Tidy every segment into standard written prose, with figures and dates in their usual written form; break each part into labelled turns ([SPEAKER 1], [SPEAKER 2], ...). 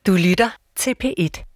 [SPEAKER 1] Du lytter til P1.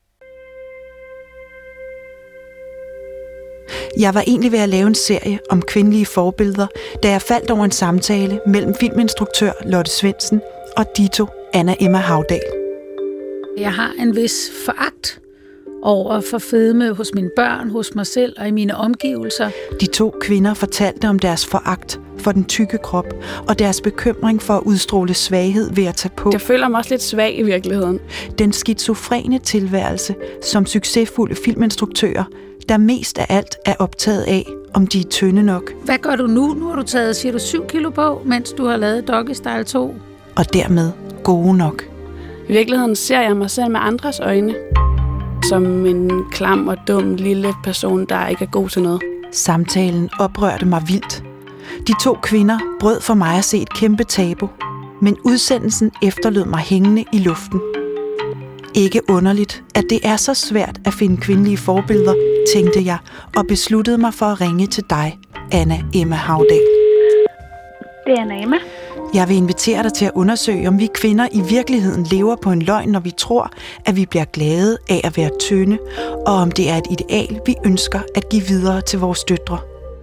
[SPEAKER 2] Jeg var egentlig ved at lave en serie om kvindelige forbilleder, da jeg faldt over en samtale mellem filminstruktør Lotte Svendsen og dito Anna Emma Havdal.
[SPEAKER 3] Jeg har en vis foragt over for fedme hos mine børn, hos mig selv og i mine omgivelser.
[SPEAKER 2] De to kvinder fortalte om deres foragt for den tykke krop og deres bekymring for at udstråle svaghed ved at tage på.
[SPEAKER 4] Jeg føler mig også lidt svag i virkeligheden.
[SPEAKER 2] Den skizofrene tilværelse som succesfulde filminstruktører, der mest af alt er optaget af, om de er tynde nok.
[SPEAKER 3] Hvad gør du nu? Nu har du taget, siger du, 7 kilo på, mens du har lavet Doggy Style 2.
[SPEAKER 2] Og dermed gode nok.
[SPEAKER 4] I virkeligheden ser jeg mig selv med andres øjne. Som en klam og dum lille person, der ikke er god til noget.
[SPEAKER 2] Samtalen oprørte mig vildt. De to kvinder brød for mig at se et kæmpe tabu, men udsendelsen efterlod mig hængende i luften. Ikke underligt, at det er så svært at finde kvindelige forbilleder, tænkte jeg, og besluttede mig for at ringe til dig, Anna Emma Havdal.
[SPEAKER 5] Det er Anna Emma.
[SPEAKER 2] Jeg vil invitere dig til at undersøge, om vi kvinder i virkeligheden lever på en løgn, når vi tror, at vi bliver glade af at være tynde, og om det er et ideal, vi ønsker at give videre til vores døtre.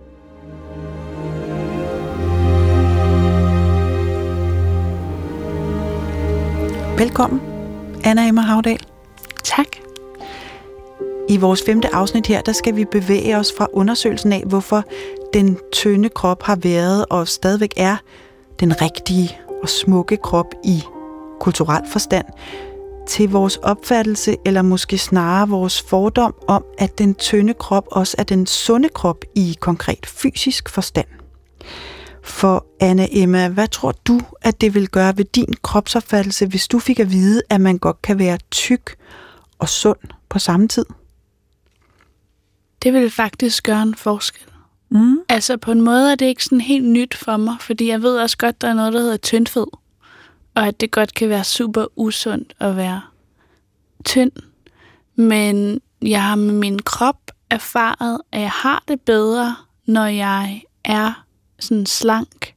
[SPEAKER 2] Velkommen, Anna Emma Havdal.
[SPEAKER 4] Tak.
[SPEAKER 2] I vores 5. afsnit her, der skal vi bevæge os fra undersøgelsen af, hvorfor den tynde krop har været og stadigvæk er den rigtige og smukke krop i kulturel forstand, til vores opfattelse, eller måske snarere vores fordom om, at den tynde krop også er den sunde krop i konkret fysisk forstand. For Anna Emma, hvad tror du, at det vil gøre ved din kropsopfattelse, hvis du fik at vide, at man godt kan være tyk og sund på samme tid?
[SPEAKER 4] Det vil faktisk gøre en forskel. Altså på en måde er det ikke sådan helt nyt for mig, fordi jeg ved også godt, der er noget, der hedder tyndfed. Og at det godt kan være super usundt at være tynd. Men jeg har med min krop erfaret, at jeg har det bedre, når jeg er sådan slank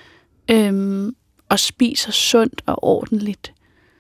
[SPEAKER 4] og spiser sundt og ordentligt.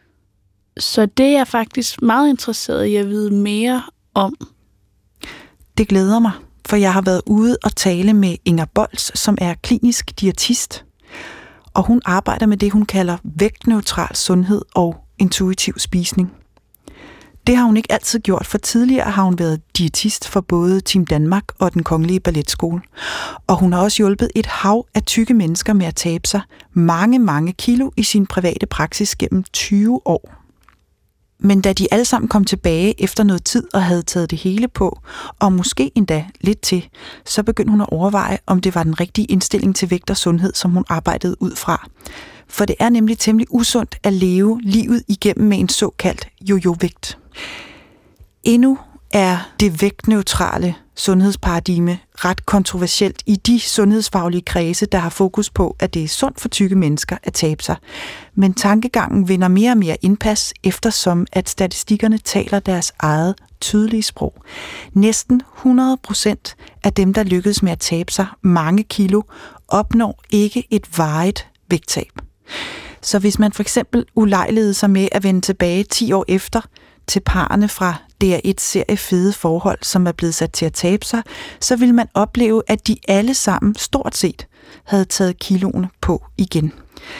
[SPEAKER 4] Så det er jeg faktisk meget interesseret i at vide mere om.
[SPEAKER 2] Det glæder mig, for jeg har været ude og tale med Inger Bolts, som er klinisk diætist. Og hun arbejder med det, hun kalder vægtneutral sundhed og intuitiv spisning. Det har hun ikke altid gjort, for tidligere har hun været diætist for både Team Danmark og Den Kongelige Balletskole. Og hun har også hjulpet et hav af tykke mennesker med at tabe sig mange kilo i sin private praksis gennem 20 år. Men da de alle sammen kom tilbage efter noget tid og havde taget det hele på, og måske endda lidt til, så begyndte hun at overveje, om det var den rigtige indstilling til vægt og sundhed, som hun arbejdede ud fra. For det er nemlig temmelig usundt at leve livet igennem med en såkaldt jojo-vægt. Endnu er det vægtneutrale sundhedsparadigme ret kontroversielt i de sundhedsfaglige kredse, der har fokus på, at det er sundt for tykke mennesker at tabe sig. Men tankegangen vinder mere og mere indpas, eftersom at statistikkerne taler deres eget tydelige sprog. Næsten 100% af dem, der lykkes med at tabe sig mange kilo, opnår ikke et varigt vægttab. Så hvis man for eksempel ulejligede sig med at vende tilbage 10 år efter til parerne fra DR1-serie Fede Forhold, som er blevet sat til at tabe sig, så vil man opleve, at de alle sammen stort set havde taget kiloene på igen.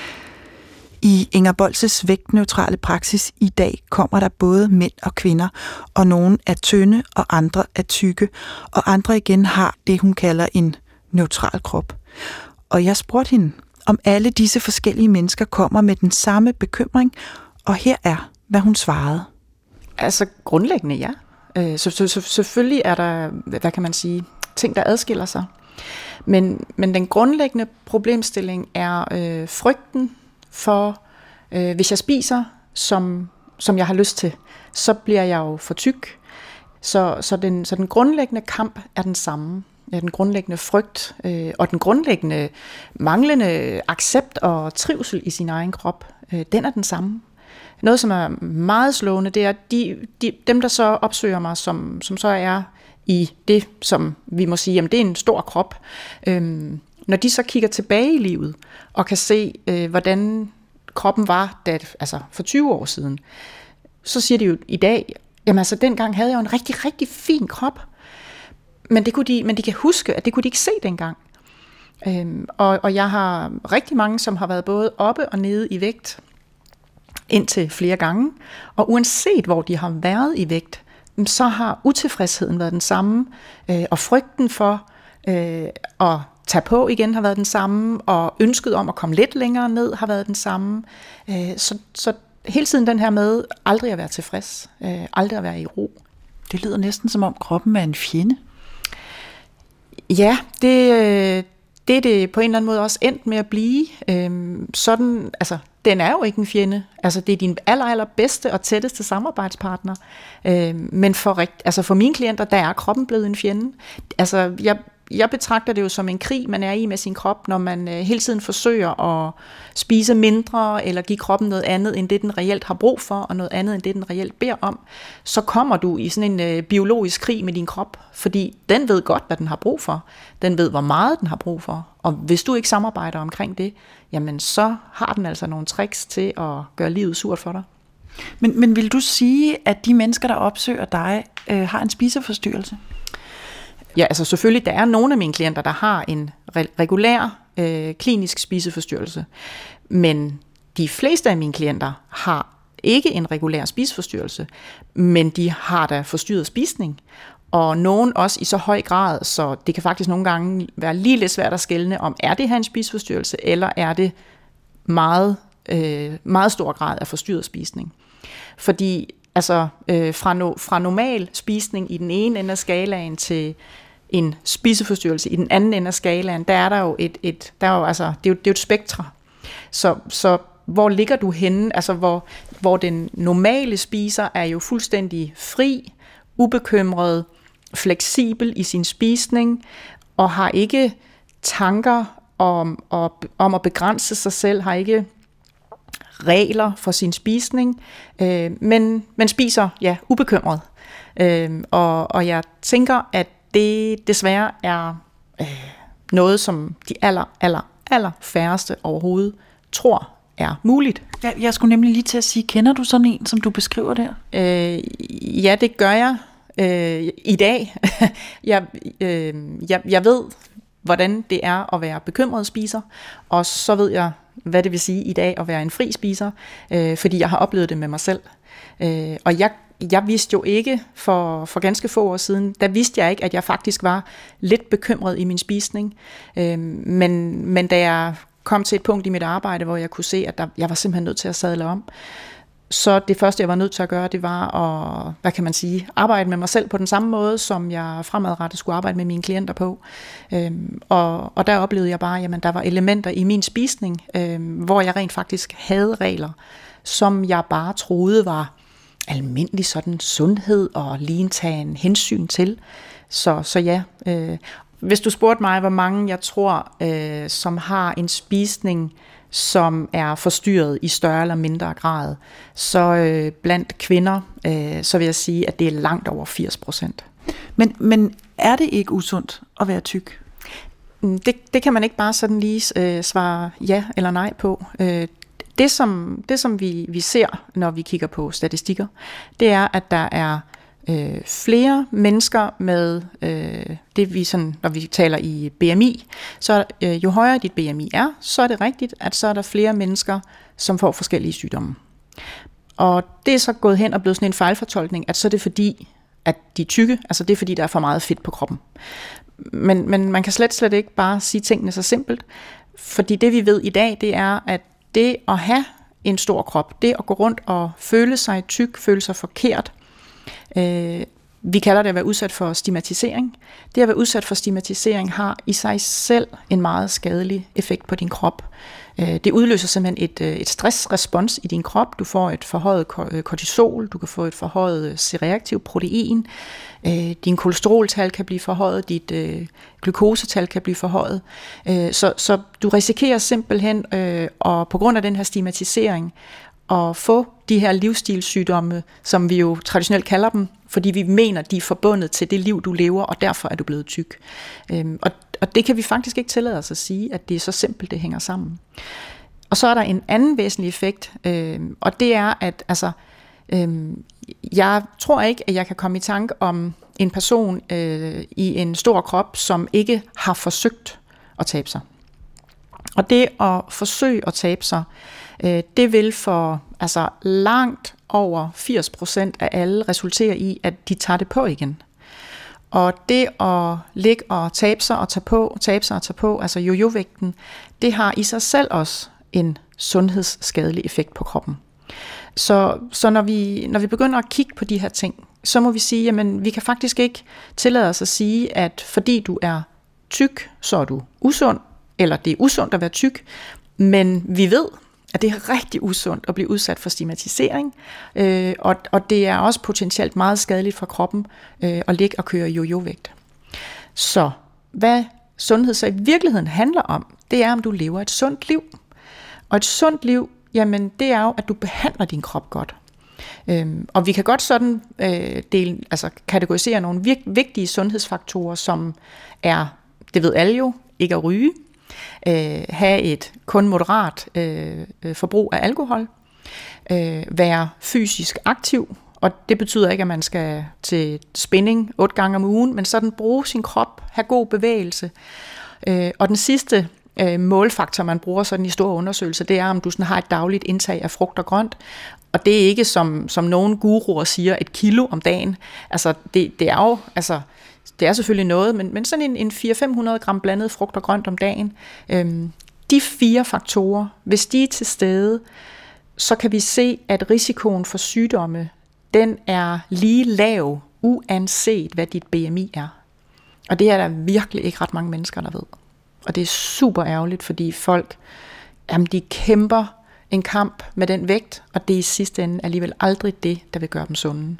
[SPEAKER 2] I Inger Bolts vægtneutrale praksis i dag kommer der både mænd og kvinder, og nogle er tynde, og andre er tykke, og andre igen har det, hun kalder en neutral krop. Og jeg spurgte hende, om alle disse forskellige mennesker kommer med den samme bekymring, og her er, hvad hun svarede.
[SPEAKER 6] Altså grundlæggende ja. Selvfølgelig er der, hvad kan man sige, ting, der adskiller sig. Men den grundlæggende problemstilling er frygten for, hvis jeg spiser, som jeg har lyst til, så bliver jeg jo for tyk. Så den grundlæggende kamp er den samme. Den grundlæggende frygt og den grundlæggende manglende accept og trivsel i sin egen krop, den er den samme. Noget, som er meget slående, det er, dem, der så opsøger mig, som så er i det, som vi må sige, jamen det er en stor krop. Når de så kigger tilbage i livet og kan se, hvordan kroppen var for 20 år siden, så siger de jo i dag, jamen altså dengang havde jeg jo en rigtig, rigtig fin krop. Men de kan huske, at det kunne de ikke se dengang. Og jeg har rigtig mange, som har været både oppe og nede i vægt indtil flere gange. Og uanset hvor de har været i vægt, så har utilfredsheden været den samme, og frygten for at tage på igen har været den samme, og ønsket om at komme lidt længere ned har været den samme. Så hele tiden den her med aldrig at være tilfreds, aldrig at være i ro.
[SPEAKER 2] Det lyder næsten som om kroppen er en fjende.
[SPEAKER 6] Ja, det er det på en eller anden måde også endt med at blive. Sådan, altså, den er jo ikke en fjende. Altså, det er din allerbedste og tætteste samarbejdspartner. Men for mine klienter, der er kroppen blevet en fjende. Altså, jeg betragter det jo som en krig, man er i med sin krop, når man hele tiden forsøger at spise mindre, eller give kroppen noget andet, end det den reelt har brug for, og noget andet, end det den reelt beder om. Så kommer du i sådan en biologisk krig med din krop, fordi den ved godt, hvad den har brug for. Den ved, hvor meget den har brug for. Og hvis du ikke samarbejder omkring det, jamen så har den altså nogle tricks til at gøre livet surt for dig.
[SPEAKER 2] Men vil du sige, at de mennesker, der opsøger dig, har en spiseforstyrrelse?
[SPEAKER 6] Ja, altså selvfølgelig, der er nogle af mine klienter, der har en regulær klinisk spiseforstyrrelse, men de fleste af mine klienter har ikke en regulær spiseforstyrrelse, men de har da forstyrret spisning, og nogen også i så høj grad, så det kan faktisk nogle gange være lige lidt svært at skelne om, er det her en spiseforstyrrelse, eller er det meget, meget stor grad af forstyrret spisning. Fordi altså fra normal spisning i den ene ende af skalaen til en spiseforstyrrelse i den anden ende af skalaen, der er der jo det er jo et spektre. Så hvor ligger du henne? Altså hvor den normale spiser er jo fuldstændig fri, ubekymret, fleksibel i sin spisning og har ikke tanker om at begrænse sig selv, har ikke regler for sin spisning, men spiser ubekymret. Og jeg tænker, at det desværre er noget, som de aller færreste overhovedet tror er muligt.
[SPEAKER 2] Jeg skulle nemlig lige til at sige, kender du sådan en, som du beskriver der?
[SPEAKER 6] Ja, det gør jeg i dag. Jeg ved, hvordan det er at være bekymret spiser, og så ved jeg, hvad det vil sige i dag at være en fri spiser, fordi jeg har oplevet det med mig selv. Og jeg vidste jo ikke for ganske få år siden, der vidste jeg ikke, at jeg faktisk var lidt bekymret i min spisning. Men da jeg kom til et punkt i mit arbejde, hvor jeg kunne se, at jeg var simpelthen nødt til at sadle om, så det første, jeg var nødt til at gøre, det var at, arbejde med mig selv på den samme måde, som jeg fremadrettet skulle arbejde med mine klienter på. Og der oplevede jeg bare, at der var elementer i min spisning, hvor jeg rent faktisk havde regler, som jeg bare troede var almindelig sådan sundhed og ligntagen hensyn til. Så ja, hvis du spurgte mig, hvor mange jeg tror, som har en spisning, som er forstyrret i større eller mindre grad, så blandt kvinder, så vil jeg sige, at det er langt over 80%.
[SPEAKER 2] Men er det ikke usundt at være tyk?
[SPEAKER 6] Det kan man ikke bare sådan lige svare ja eller nej på. Det som vi ser, når vi kigger på statistikker, det er, at der er flere mennesker med det vi sådan, når vi taler i BMI, så jo højere dit BMI er, så er det rigtigt, at så er der flere mennesker, som får forskellige sygdomme. Og det er så gået hen og blevet sådan en fejlfortolkning, at så er det fordi, at de er tykke, altså det er fordi, der er for meget fedt på kroppen. Men man kan slet ikke bare sige tingene så simpelt, fordi det vi ved i dag, det er, at det at have en stor krop, det at gå rundt og føle sig tyk, føle sig forkert, vi kalder det at være udsat for stigmatisering. Det at være udsat for stigmatisering har i sig selv en meget skadelig effekt på din krop. Det udløser simpelthen et stressrespons i din krop. Du får et forhøjet kortisol, du kan få et forhøjet C-reaktiv protein, din kolesteroltal kan blive forhøjet, dit glukosetal kan blive forhøjet. Så du risikerer simpelthen, og på grund af den her stigmatisering, at få de her livsstilssygdomme, som vi jo traditionelt kalder dem, fordi vi mener, de er forbundet til det liv, du lever, og derfor er du blevet tyk. Og det kan vi faktisk ikke tillade os at sige, at det er så simpelt, det hænger sammen. Og så er der en anden væsentlig effekt, og det er, at altså, Jeg tror ikke, at jeg kan komme i tanke om en person i en stor krop, som ikke har forsøgt at tabe sig. Og det at forsøge at tabe sig, det vil for langt over 80% af alle resultere i, at de tager det på igen. Og det at ligge og tabe sig og tage på, tabe sig og tage på, altså jojo-vægten, det har i sig selv også en sundhedsskadelig effekt på kroppen. Så når vi begynder at kigge på de her ting, så må vi sige, jamen vi kan faktisk ikke tillade os at sige, at fordi du er tyk, så er du usund, eller det er usundt at være tyk, men vi ved, at det er rigtig usundt at blive udsat for stigmatisering, og det er også potentielt meget skadeligt for kroppen at ligge og køre jojo-vægt. Så hvad sundhed så i virkeligheden handler om, det er, om du lever et sundt liv. Og et sundt liv, jamen det er jo, at du behandler din krop godt. Og vi kan godt sådan kategorisere nogle vigtige sundhedsfaktorer, som er, det ved alle jo, ikke at ryge, have et kun moderat forbrug af alkohol, være fysisk aktiv, og det betyder ikke, at man skal til spinning 8 gange om ugen, men sådan bruge sin krop, have god bevægelse. Og den sidste målfaktor, man bruger sådan i store undersøgelser, det er, om du sådan har et dagligt indtag af frugt og grønt. Og det er ikke, som nogle guruer siger, 1 kilo om dagen. Altså, det er jo, det er selvfølgelig noget, men sådan en 400-500 gram blandet frugt og grønt om dagen. De 4 faktorer, hvis de er til stede, så kan vi se, at risikoen for sygdomme, den er lige lav, uanset hvad dit BMI er. Og det er der virkelig ikke ret mange mennesker, der ved. Og det er super ærgerligt, fordi folk, de kæmper en kamp med den vægt, og det er i sidste ende alligevel aldrig det, der vil gøre dem sunde.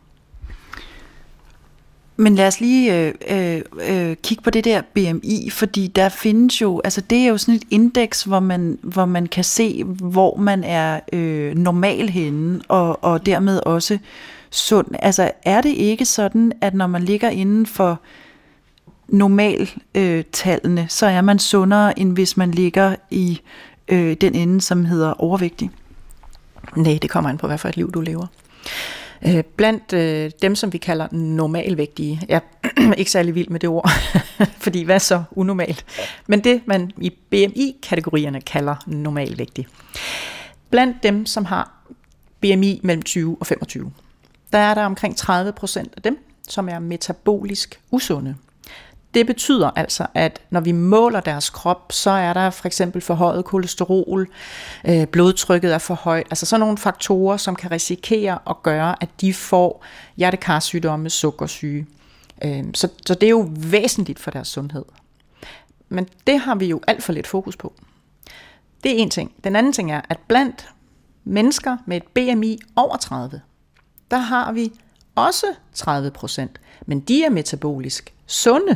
[SPEAKER 2] Men lad os lige kigge på det der BMI, fordi der findes jo, det er jo sådan et indeks, hvor man kan se, hvor man er normal henne, og dermed også sund. Altså er det ikke sådan, at når man ligger inden for normaltallene, så er man sundere, end hvis man ligger i den ende, som hedder overvægtig?
[SPEAKER 6] Nej, det kommer an på, hvad for et liv du lever. Blandt dem, som vi kalder normalvægtige, jeg er ikke særlig vild med det ord, fordi hvad er så unormalt? Men det, man i BMI-kategorierne kalder normalvægtige. Blandt dem, som har BMI mellem 20 og 25, der er der omkring 30% af dem, som er metabolisk usunde. Det betyder altså, at når vi måler deres krop, så er der for eksempel forhøjet kolesterol, blodtrykket er for højt, altså sådan nogle faktorer, som kan risikere at gøre, at de får hjertekarsygdomme, sukkersyge. Så det er jo væsentligt for deres sundhed. Men det har vi jo alt for lidt fokus på. Det er en ting. Den anden ting er, at blandt mennesker med et BMI over 30, der har vi også 30%, men de er metabolisk sunde.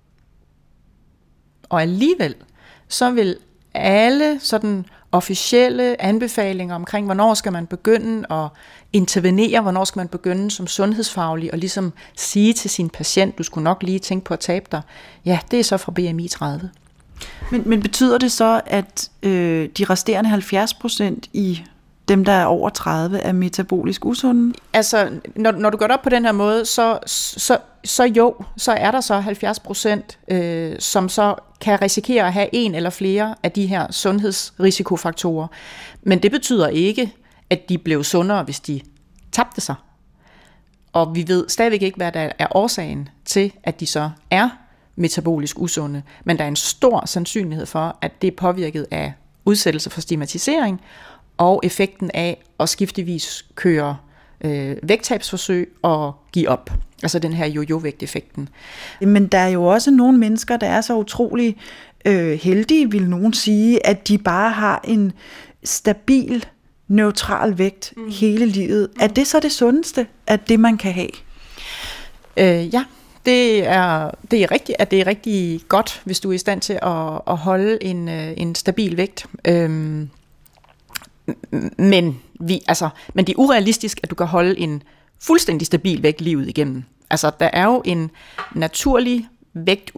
[SPEAKER 6] Og alligevel, så vil alle sådan officielle anbefalinger omkring, hvornår skal man begynde at intervenere, hvornår skal man begynde som sundhedsfaglig og ligesom sige til sin patient, du skulle nok lige tænke på at tabe dig. Ja, det er så fra BMI 30.
[SPEAKER 2] Men betyder det så, at de resterende 70% i dem, der er over 30, er metabolisk usunde?
[SPEAKER 6] Altså, når du går op på den her måde, så er der så 70%, som så kan risikere at have en eller flere af de her sundhedsrisikofaktorer. Men det betyder ikke, at de blev sundere, hvis de tabte sig. Og vi ved stadigvæk ikke, hvad der er årsagen til, at de så er metabolisk usunde. Men der er en stor sandsynlighed for, at det er påvirket af udsættelse for stigmatisering, og effekten af at skiftevis køre vægttabsforsøg og give op. Altså den her jojo-vægt-effekten.
[SPEAKER 2] Men der er jo også nogle mennesker, der er så utrolig heldige, vil nogen sige, at de bare har en stabil, neutral vægt hele livet. Er det så det sundeste, at det man kan have?
[SPEAKER 6] Ja. Det er rigtigt, at det er rigtig godt, hvis du er i stand til at holde en stabil vægt. Men det er urealistisk, at du kan holde en fuldstændig stabil vægt livet igennem. Altså, der er jo en naturlig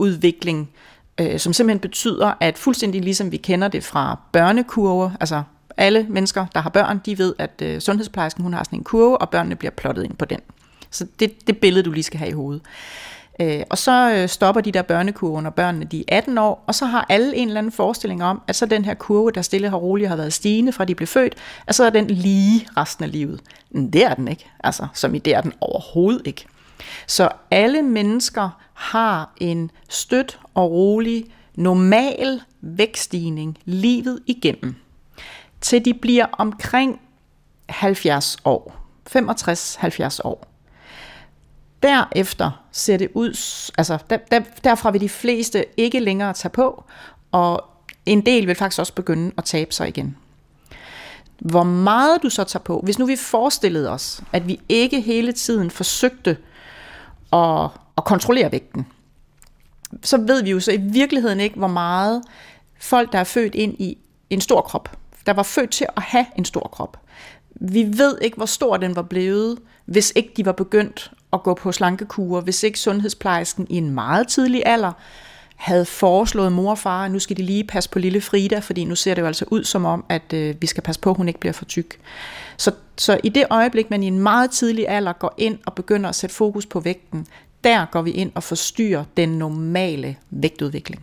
[SPEAKER 6] vægtudvikling, som simpelthen betyder, at fuldstændig ligesom vi kender det fra børnekurver, altså alle mennesker, der har børn, de ved, at sundhedsplejersken, hun har sådan en kurve, og børnene bliver plottet ind på den. Så det billede, du lige skal have i hovedet. Og så stopper de der børnekurver, når børnene de er 18 år, og så har alle en eller anden forestilling om, at så den her kurve, der stille og roligt har været stigende, fra de blev født, at så er den lige resten af livet. Men det er den ikke, altså som i det er den overhovedet ikke. Så alle mennesker har en støt og rolig, normal vækststigning livet igennem, til de bliver omkring 70 år, 65-70 år. Derefter ser det ud, altså derfra vil de fleste ikke længere tage på, og en del vil faktisk også begynde at tabe sig igen. Hvor meget du så tager på, hvis nu vi forestillede os, at vi ikke hele tiden forsøgte at kontrollere vægten, så ved vi jo så i virkeligheden ikke, hvor meget folk, der er født ind i en stor krop, der var født til at have en stor krop. Vi ved ikke, hvor stor den var blevet, hvis ikke de var begyndt at gå på slankekurer, hvis ikke sundhedsplejersken i en meget tidlig alder havde foreslået mor og far, at nu skal de lige passe på lille Frida, fordi nu ser det jo altså ud som om, at vi skal passe på, at hun ikke bliver for tyk. Så i det øjeblik, man i en meget tidlig alder går ind og begynder at sætte fokus på vægten, der går vi ind og forstyrrer den normale vægtudvikling.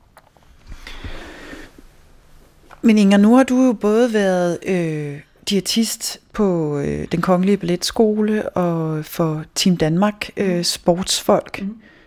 [SPEAKER 2] Men Inger, nu har du jo både været diætist på den Kongelige Balletskole og for Team Danmark sportsfolk.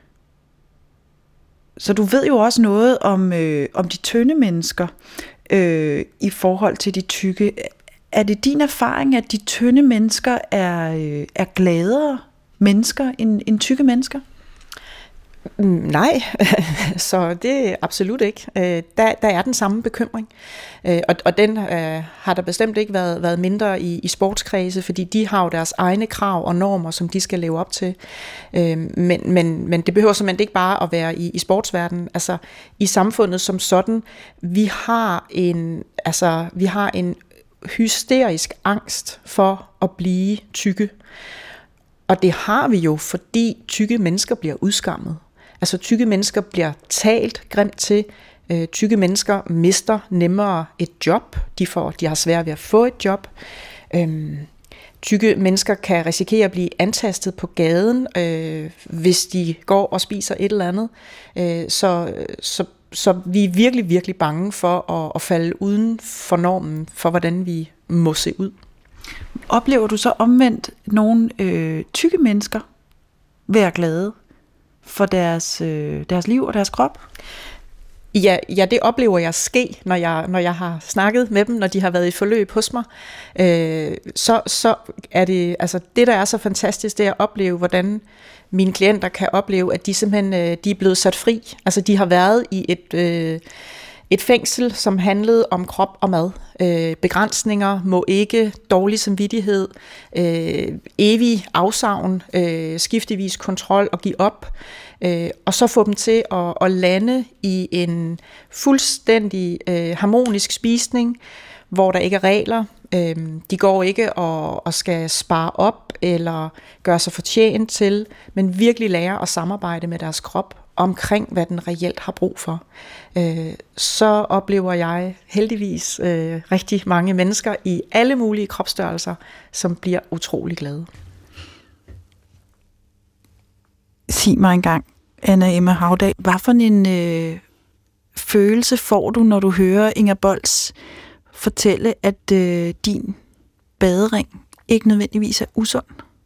[SPEAKER 2] Så du ved jo også noget om de tynde mennesker i forhold til de tykke. Er det din erfaring, at de tynde mennesker er gladere mennesker end tykke mennesker?
[SPEAKER 6] Nej, så det er absolut ikke. Der er den samme bekymring, og den har der bestemt ikke været mindre i sportskredse, fordi de har jo deres egne krav og normer, som de skal leve op til. Men det behøver simpelthen ikke bare at være i sportsverdenen. Altså i samfundet som sådan, vi har en hysterisk angst for at blive tykke. Og det har vi jo, fordi tykke mennesker bliver udskammet. Altså tykke mennesker bliver talt grimt til. Tykke mennesker mister nemmere et job. De har svært ved at få et job. Tykke mennesker kan risikere at blive antastet på gaden, hvis de går og spiser et eller andet. Så vi er virkelig, virkelig bange for at falde uden for normen for, hvordan vi må se ud.
[SPEAKER 2] Oplever du så omvendt nogle tykke mennesker være glade for deres liv og deres krop?
[SPEAKER 6] Ja, det oplever jeg ske, når jeg har snakket med dem, når de har været i forløb hos mig. Så er det, altså det, der er så fantastisk, det er at opleve, hvordan mine klienter kan opleve, at de simpelthen de er blevet sat fri. Altså de har været i et fængsel, som handlede om krop og mad. Begrænsninger, må ikke, dårlig samvittighed, evig afsavn, skiftevis kontrol og give op. Og så få dem til at lande i en fuldstændig harmonisk spisning, hvor der ikke er regler. De går ikke og skal spare op eller gøre sig fortjent til, men virkelig lære at samarbejde med deres krop omkring, hvad den reelt har brug for. Så oplever jeg heldigvis rigtig mange mennesker i alle mulige kropsstørrelser, som bliver utrolig glade.
[SPEAKER 2] Sig mig engang, Anna Emma Haudal, hvad for en følelse får du, når du hører Inger Bolts fortælle, at din badering ikke nødvendigvis er usund,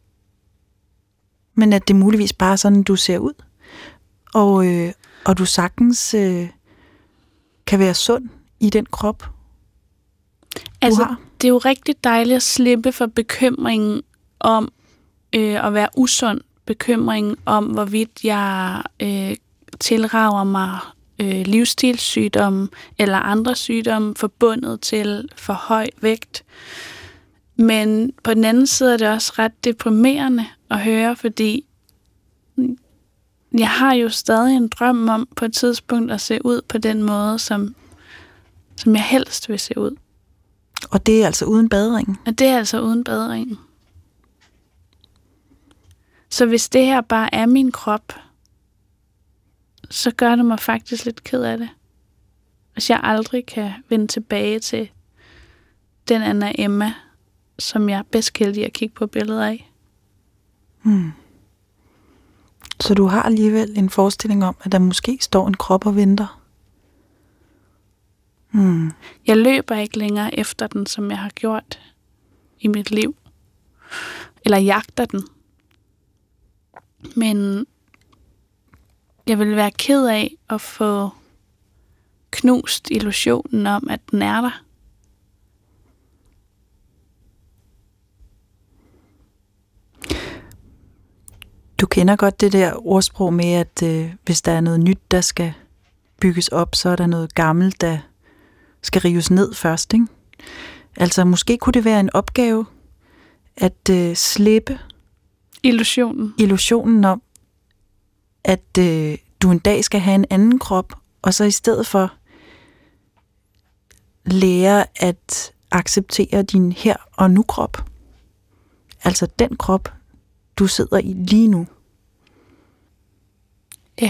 [SPEAKER 2] men at det muligvis bare er sådan, du ser ud, og du sagtens kan være sund i den krop,
[SPEAKER 4] altså,
[SPEAKER 2] du har?
[SPEAKER 4] Det er jo rigtig dejligt at slippe for bekymringen om at være usund, bekymringen om, hvorvidt jeg tilrager mig livsstilssygdomme eller andre sygdomme forbundet til for høj vægt. Men på den anden side er det også ret deprimerende at høre, fordi jeg har jo stadig en drøm om på et tidspunkt at se ud på den måde, som jeg helst vil se ud.
[SPEAKER 2] Og det er altså uden badering?
[SPEAKER 4] Og det er altså uden badering. Så hvis det her bare er min krop, så gør det mig faktisk lidt ked af det. Hvis jeg aldrig kan vende tilbage til den Anna Emma, som jeg bedst kan lide at kigge på billeder af.
[SPEAKER 2] Så du har alligevel en forestilling om, at der måske står en krop og venter?
[SPEAKER 4] Jeg løber ikke længere efter den, som jeg har gjort i mit liv. Eller jagter den. Men jeg vil være ked af at få knust illusionen om, at den er der.
[SPEAKER 2] Du kender godt det der ordsprog med, at hvis der er noget nyt, der skal bygges op, så er der noget gammelt, der skal rives ned først, ikke? Altså, måske kunne det være en opgave at slippe illusionen om, at du en dag skal have en anden krop, og så i stedet for lære at acceptere din her og nu krop. Altså den krop, du sidder i lige nu.
[SPEAKER 4] Ja.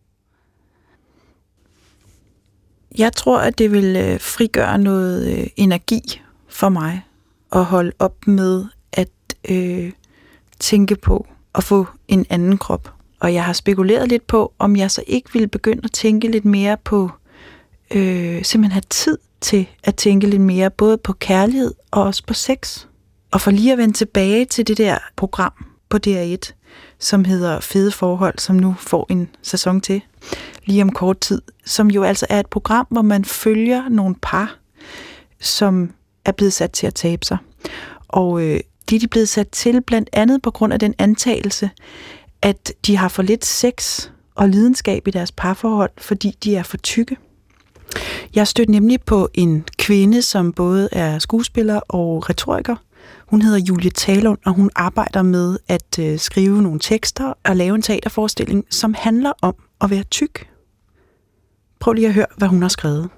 [SPEAKER 2] Jeg tror, at det vil frigøre noget energi for mig at holde op med at tænke på at få en anden krop. Og jeg har spekuleret lidt på, om jeg så ikke ville begynde at tænke lidt mere på, simpelthen have tid til at tænke lidt mere, både på kærlighed og også på sex. Og for lige at vende tilbage til det der program på DR1, som hedder Fede Forhold, som nu får en sæson til lige om kort tid, som jo altså er et program, hvor man følger nogle par, som er blevet sat til at tabe sig. Og de er blevet sat til blandt andet på grund af den antagelse, at de har for lidt sex og lidenskab i deres parforhold, fordi de er for tykke. Jeg stødte nemlig på en kvinde, som både er skuespiller og retoriker. Hun hedder Julie Talund, og hun arbejder med at skrive nogle tekster og lave en teaterforestilling, som handler om at være tyk. Prøv lige at høre, hvad hun har skrevet.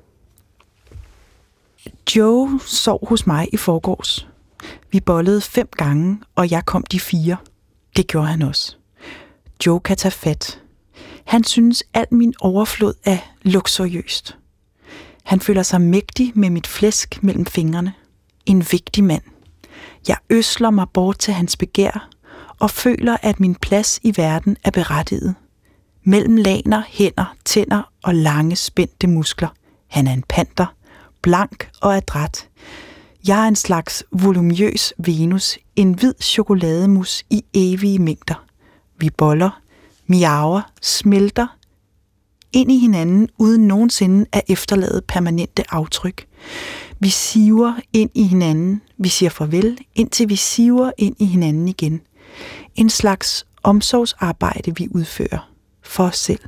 [SPEAKER 2] Joe sov hos mig i forgårs. Vi bollede 5 gange, og jeg kom de 4. Det gjorde han også. Joe kan tage fat. Han synes, al min overflod er luksuriøst. Han føler sig mægtig med mit flæsk mellem fingrene. En vigtig mand. Jeg øsler mig bort til hans begær og føler, at min plads i verden er berettiget. Mellem laner, hænder, tænder og lange spændte muskler. Han er en panter, blank og adræt. Jeg er en slags volumøs Venus, en hvid chokolademus i evige mængder. Vi boller, miaver, smelter ind i hinanden uden nogensinde at efterlade permanente aftryk. Vi siver ind i hinanden, vi siger farvel, indtil vi siver ind i hinanden igen. En slags omsorgsarbejde, vi udfører for os selv.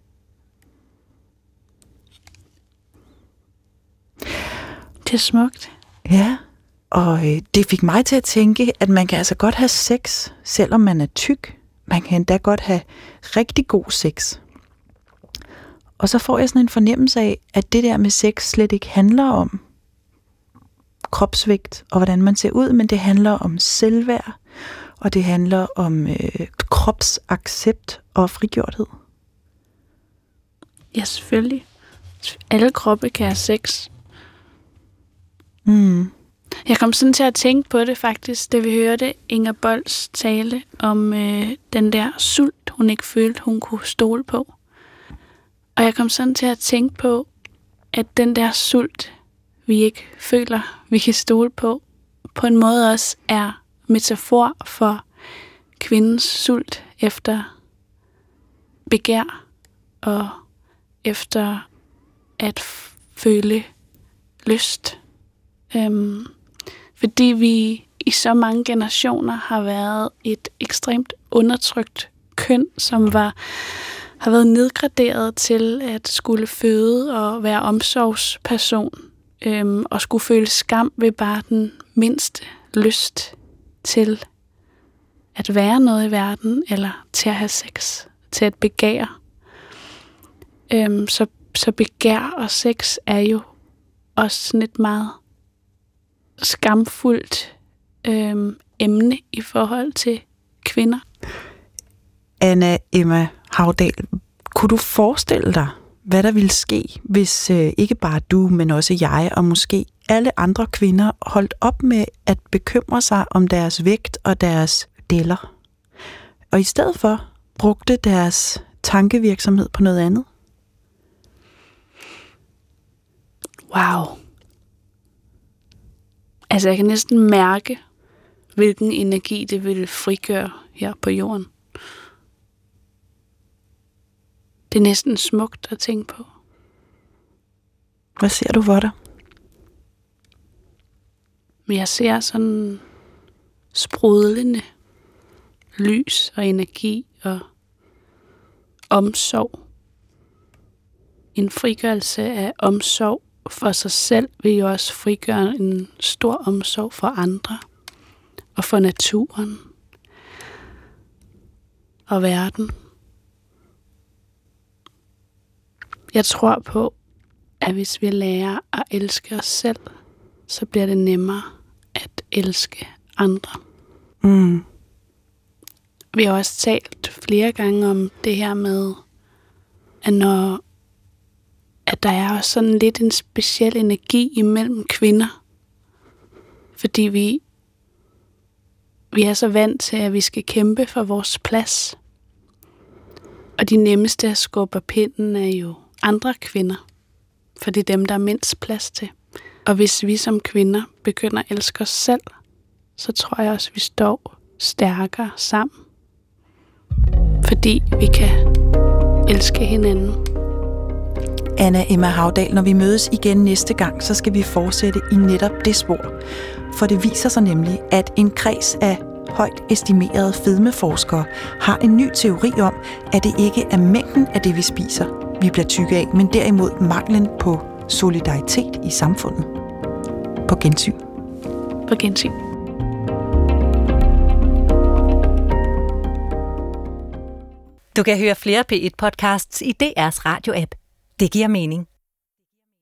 [SPEAKER 4] Det er smukt.
[SPEAKER 2] Ja, og det fik mig til at tænke, at man kan altså godt have sex, selvom man er tyk. Man kan endda godt have rigtig god sex. Og så får jeg sådan en fornemmelse af, at det der med sex slet ikke handler om kropsvægt og hvordan man ser ud, men det handler om selvværd, og det handler om kropsaccept og frigjorthed.
[SPEAKER 4] Ja, selvfølgelig. Alle kroppe kan have sex. Jeg kom sådan til at tænke på det faktisk, da vi hørte Inger Bolts tale om den der sult, hun ikke følte, hun kunne stole på. Og jeg kom sådan til at tænke på, at den der sult, vi ikke føler, vi kan stole på en måde også er metafor for kvindens sult efter begær og efter at føle lyst. Fordi vi i så mange generationer har været et ekstremt undertrykt køn, som har været nedgraderet til at skulle føde og være omsorgsperson, og skulle føle skam ved bare den mindste lyst til at være noget i verden, eller til at have sex, til at begære. Så begær og sex er jo også sådan et meget skamfuldt emne i forhold til kvinder.
[SPEAKER 2] Anna Emma Havdal, kunne du forestille dig, hvad der ville ske, hvis ikke bare du, men også jeg, og måske alle andre kvinder holdt op med at bekymre sig om deres vægt og deres deller, og i stedet for brugte deres tankevirksomhed på noget andet?
[SPEAKER 4] Wow. Altså, jeg kan næsten mærke, hvilken energi det ville frigøre her på jorden. Det er næsten smukt at tænke på.
[SPEAKER 2] Hvad ser du for dig?
[SPEAKER 4] Men jeg ser sådan sprudlende lys og energi og omsorg. En frigørelse af omsorg for sig selv vil jo også frigøre en stor omsorg for andre og for naturen og verden. Jeg tror på, at hvis vi lærer at elske os selv, så bliver det nemmere at elske andre.
[SPEAKER 2] Mm.
[SPEAKER 4] Vi har også talt flere gange om det her med, at der er også sådan lidt en speciel energi imellem kvinder. Fordi vi er så vant til, at vi skal kæmpe for vores plads. Og de nemmeste at skubbe pinden er jo andre kvinder. For det er dem, der er mindst plads til. Og hvis vi som kvinder begynder at elske os selv, så tror jeg også, at vi står stærkere sammen. Fordi vi kan elske hinanden.
[SPEAKER 2] Anna Emma Havdal, når vi mødes igen næste gang, så skal vi fortsætte i netop det spor. For det viser sig nemlig, at en kreds af højt estimerede fedmeforskere har en ny teori om, at det ikke er mængden af det, vi spiser, vi bliver tykke af, men derimod manglen på solidaritet i samfundet. På gensyn.
[SPEAKER 4] På gensyn.
[SPEAKER 1] Du kan høre flere P1-podcasts i DR's radio-app. Det giver mening.